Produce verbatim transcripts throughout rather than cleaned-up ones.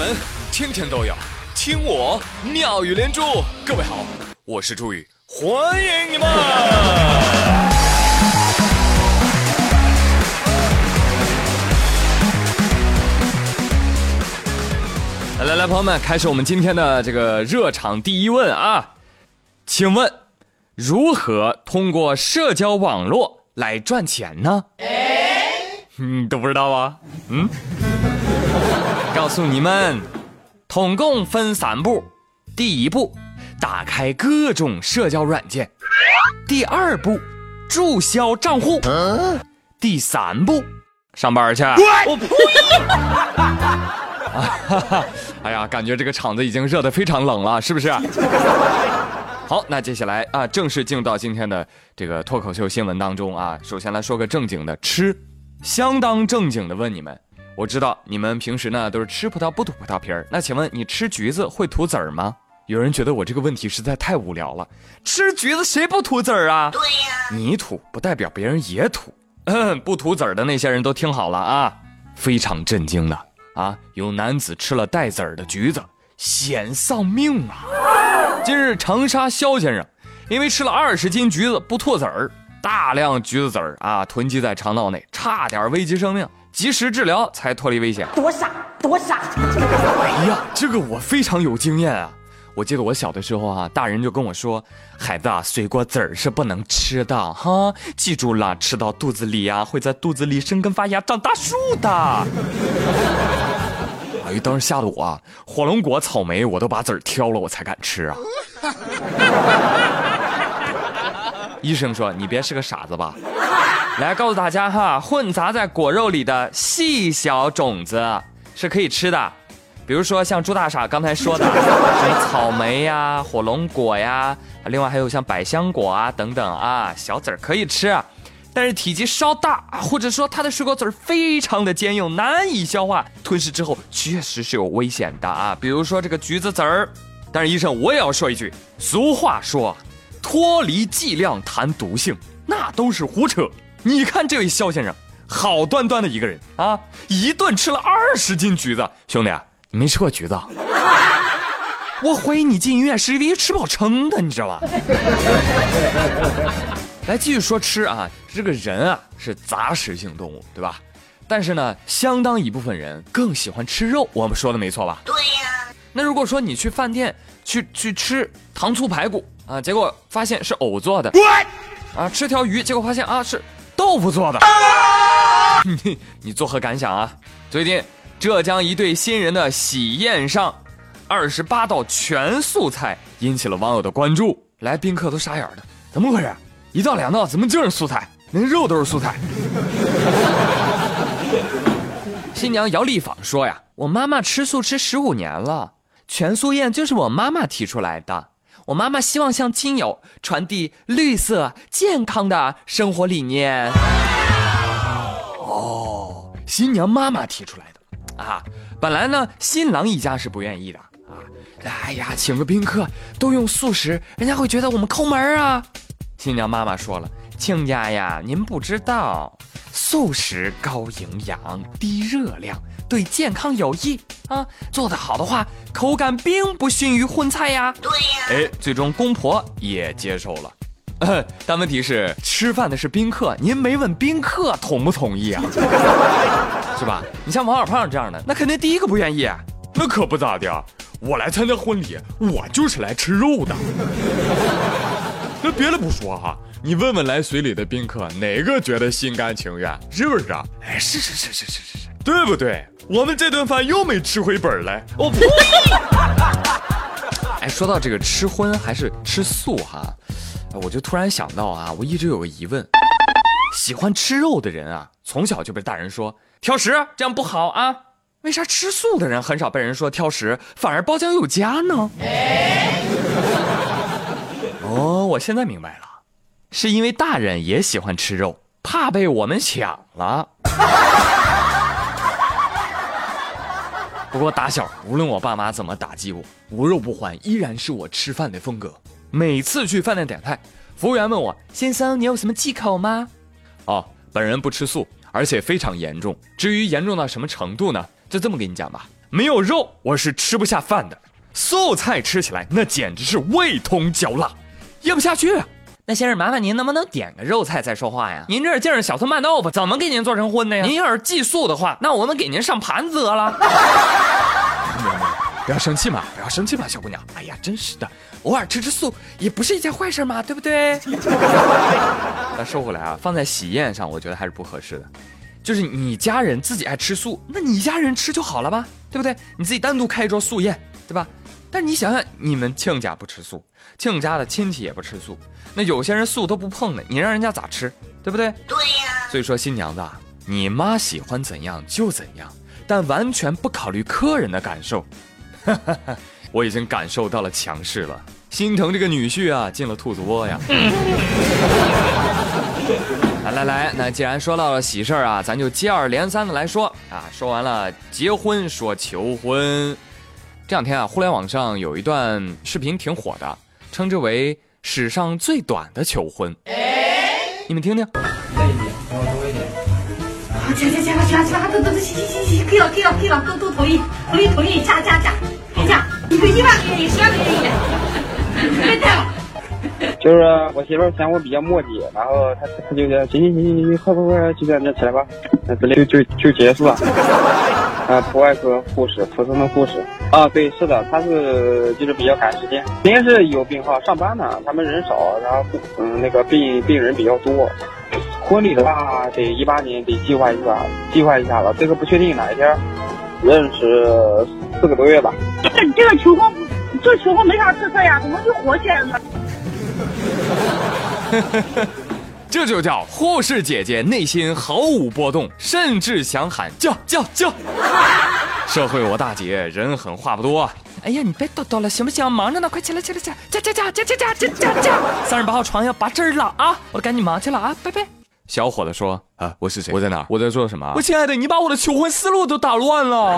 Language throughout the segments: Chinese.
闻天天都有，听我妙语连珠。各位好，我是朱宇，欢迎你们！来来来，朋友们，开始我们今天的这个热场第一问啊，请问如何通过社交网络来赚钱呢？嗯，都不知道啊？嗯，告诉你们，统共分三步。第一步，打开各种社交软件；第二步，注销账户；第三步，上班去。我呸！啊哈哈！哎呀，感觉这个场子已经热得非常冷了，是不是？好，那接下来啊，正式进入到今天的这个脱口秀新闻当中啊。首先来说个正经的，吃，相当正经的问你们，我知道你们平时呢都是吃葡萄不吐葡萄皮儿，那请问你吃橘子会吐籽儿吗？有人觉得我这个问题实在太无聊了，吃橘子谁不吐籽儿啊？对呀，你吐不代表别人也吐。嗯，不吐籽儿的那些人都听好了啊，非常震惊的啊，有男子吃了带籽儿的橘子，险丧命啊！近日，长沙肖先生因为吃了二十斤橘子不吐籽儿，大量橘子籽儿啊囤积在肠道内，差点危及生命，及时治疗才脱离危险。 多傻，多傻！ 哎呀，这个我非常有经验啊！我记得我小的时候啊，大人就跟我说，孩子啊，水果籽儿是不能吃的哈，记住了，吃到肚子里啊，会在肚子里生根发芽长大树的。哎，当时吓得我啊，火龙果、草莓我都把籽儿挑了，我才敢吃啊。医生说你别是个傻子吧。来告诉大家哈，混杂在果肉里的细小种子是可以吃的，比如说像朱大傻刚才说的什么草莓呀、火龙果呀，另外还有像百香果啊等等啊，小籽儿可以吃，但是体积稍大，或者说它的水果籽儿非常的坚硬，难以消化，吞噬之后确实是有危险的啊。比如说这个橘子籽儿。但是医生，我也要说一句，俗话说脱离剂量谈毒性，那都是胡扯。你看这位肖先生好端端的一个人啊，一顿吃了二十斤橘子。兄弟啊，你没吃过橘子啊？我怀疑你进医院是因为吃饱撑的，你知道吧？来继续说吃啊，这个人啊是杂食性动物，对吧？但是呢，相当一部分人更喜欢吃肉，我们说的没错吧？对呀。那如果说你去饭店去去吃糖醋排骨啊，结果发现是藕做的，啊，吃条鱼，结果发现啊是豆腐做的，你你作何感想啊？最近浙江一对新人的喜宴上，二十八道全素菜引起了网友的关注，来宾客都傻眼的，怎么回事？一道两道怎么就是素菜？连肉都是素菜。新娘姚丽芳说呀，我妈妈吃素吃十五年了，全素宴就是我妈妈提出来的。我妈妈希望向亲友传递绿色健康的生活理念。哦，新娘妈妈提出来的啊！本来呢，新郎一家是不愿意的啊。哎呀，请个宾客都用素食，人家会觉得我们抠门啊。新娘妈妈说了，亲家呀，您不知道，素食高营养、低热量，对健康有益啊！做得好的话，口感并不逊于荤菜呀。对呀。哎，最终公婆也接受了。呃，但问题是，吃饭的是宾客，您没问宾客同不同意啊？是吧？你像王小胖这样的，那肯定第一个不愿意。那可不咋的，我来参加婚礼，我就是来吃肉的。那别的不说哈，你问问来随礼的宾客，哪个觉得心甘情愿？是不是啊？哎，是是是是是是是，对不对？我们这顿饭又没吃回本来。我呸！哎，说到这个吃荤还是吃素哈，我就突然想到啊，我一直有个疑问，喜欢吃肉的人啊，从小就被大人说挑食，这样不好啊。为啥吃素的人很少被人说挑食，反而包浆有加呢？哦，我现在明白了，是因为大人也喜欢吃肉，怕被我们抢了。不过打小无论我爸妈怎么打击我，无肉不欢依然是我吃饭的风格。每次去饭店点菜，服务员问我，先生你有什么忌口吗？哦，本人不吃素，而且非常严重。至于严重到什么程度呢，就这么跟你讲吧， 没有肉我是吃不下饭的，素菜吃起来那简直是味同嚼蜡，咽不下去啊。那先生，麻烦您能不能点个肉菜再说话呀？您这劲儿小葱拌豆腐怎么给您做成荤的呀？您要是忌素的话，那我们给您上盘子得了。不要生气嘛，不要生气嘛，小姑娘。哎呀，真是的，偶尔吃吃素也不是一件坏事嘛，对不对？那说回来啊，放在喜宴上，我觉得还是不合适的。就是你家人自己爱吃素，那你家人吃就好了吧，对不对？你自己单独开一桌素宴，对吧？但是你想想，你们亲家不吃素，亲家的亲戚也不吃素，那有些人素都不碰的，你让人家咋吃，对不对？对呀。所以说新娘子，你妈喜欢怎样就怎样，但完全不考虑客人的感受。我已经感受到了强势了，心疼这个女婿啊，进了兔子窝呀。来来来，那既然说到了喜事儿啊，咱就接二连三的来说啊。说完了结婚，说求婚。这两天啊，互联网上有一段视频挺火的，称之为史上最短的求婚。你们听听。 累一点，给我多一点。好，加加加加加，都都都，行行行行，可以了可以了可以了，都都同意同意同意，加加加，别加，一个一万个愿意，十万个愿意，别带了。 就是我媳妇儿嫌我比较磨叽，然后她她就说行行行行行，快快快，就这样就起来吧，那之类就就就结束了。啊，普外科护士，普通的护士。啊，对，是的，他是就是比较赶时间，平时有病号上班呢，他们人少，然后嗯那个病病人比较多。婚礼的话，得一八年得计划一下，计划一下了，这个不确定哪一天，认识四个多月吧。 这个这个求婚，这个求婚没啥特色呀，怎么就火起来了？ 这就叫护士姐姐内心毫无波动，甚至想喊叫叫叫。社会我大姐人狠话不多，哎呀，你别叨叨了行不行？忙着呢，快起来起来起来，加加加加加加加加加！三十八号床要拔针儿了啊，我赶紧忙去了啊，拜拜。小伙子说啊，我是谁？我在哪儿？我在做什么？我亲爱的，你把我的求婚思路都打乱了。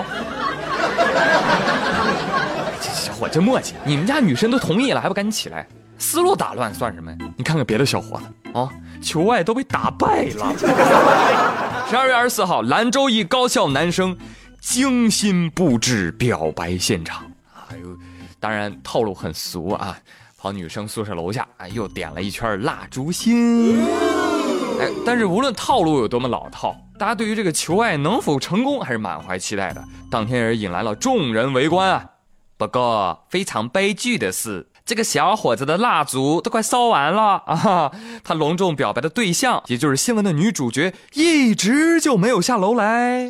这小伙真磨叽，你们家女生都同意了，还不赶紧起来？思路打乱算什么？你看看别的小伙子啊，求爱都被打败了。十二月二十四号，兰州一高校男生精心布置表白现场，哎呦，当然套路很俗啊，跑女生宿舍楼下，哎，又点了一圈蜡烛心。哎，但是无论套路有多么老套，大家对于这个求爱能否成功还是满怀期待的。当天也引来了众人围观啊。不过非常悲剧的是，这个小伙子的蜡烛都快烧完了啊！他隆重表白的对象，也就是新闻的女主角，一直就没有下楼来。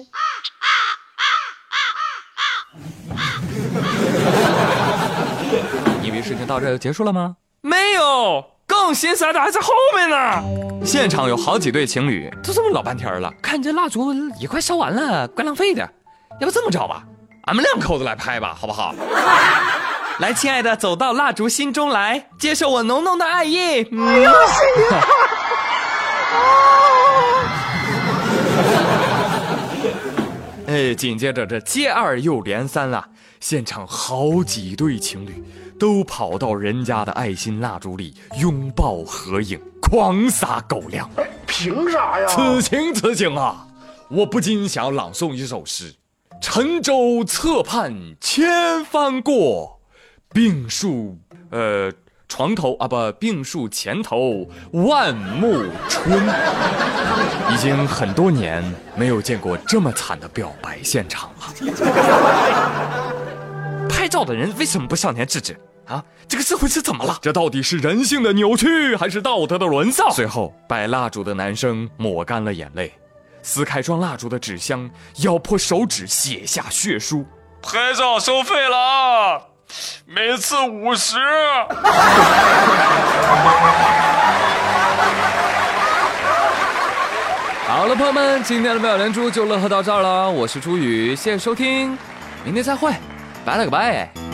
你以为事情到这就结束了吗？没有，更心塞的还在后面呢。现场有好几对情侣，都这么老半天了，看这蜡烛也快烧完了，怪浪费的。要不这么着吧，俺们两口子来拍吧，好不好？来，亲爱的，走到蜡烛心中来，接受我浓浓的爱意。嗯、哎呦，是你！哎，紧接着这接二又连三啊，现场好几对情侣都跑到人家的爱心蜡烛里拥抱合影，狂撒狗粮。 凭啥呀？ 此情此景啊，我不禁想要朗诵一首诗：沉舟侧畔千帆过，病树呃床头啊不，病树前头万木春。已经很多年没有见过这么惨的表白现场了。拍照的人为什么不上前制止啊？这个社会是怎么了？这到底是人性的扭曲，还是道德的沦丧？随后，摆蜡烛的男生抹干了眼泪，撕开装蜡烛的纸箱，咬破手指，写下血书：拍照收费了啊，每次五十。好了，朋友们，今天的妙连珠就乐呵到这儿了。我是朱宇，谢谢收听，明天再会，拜了个拜。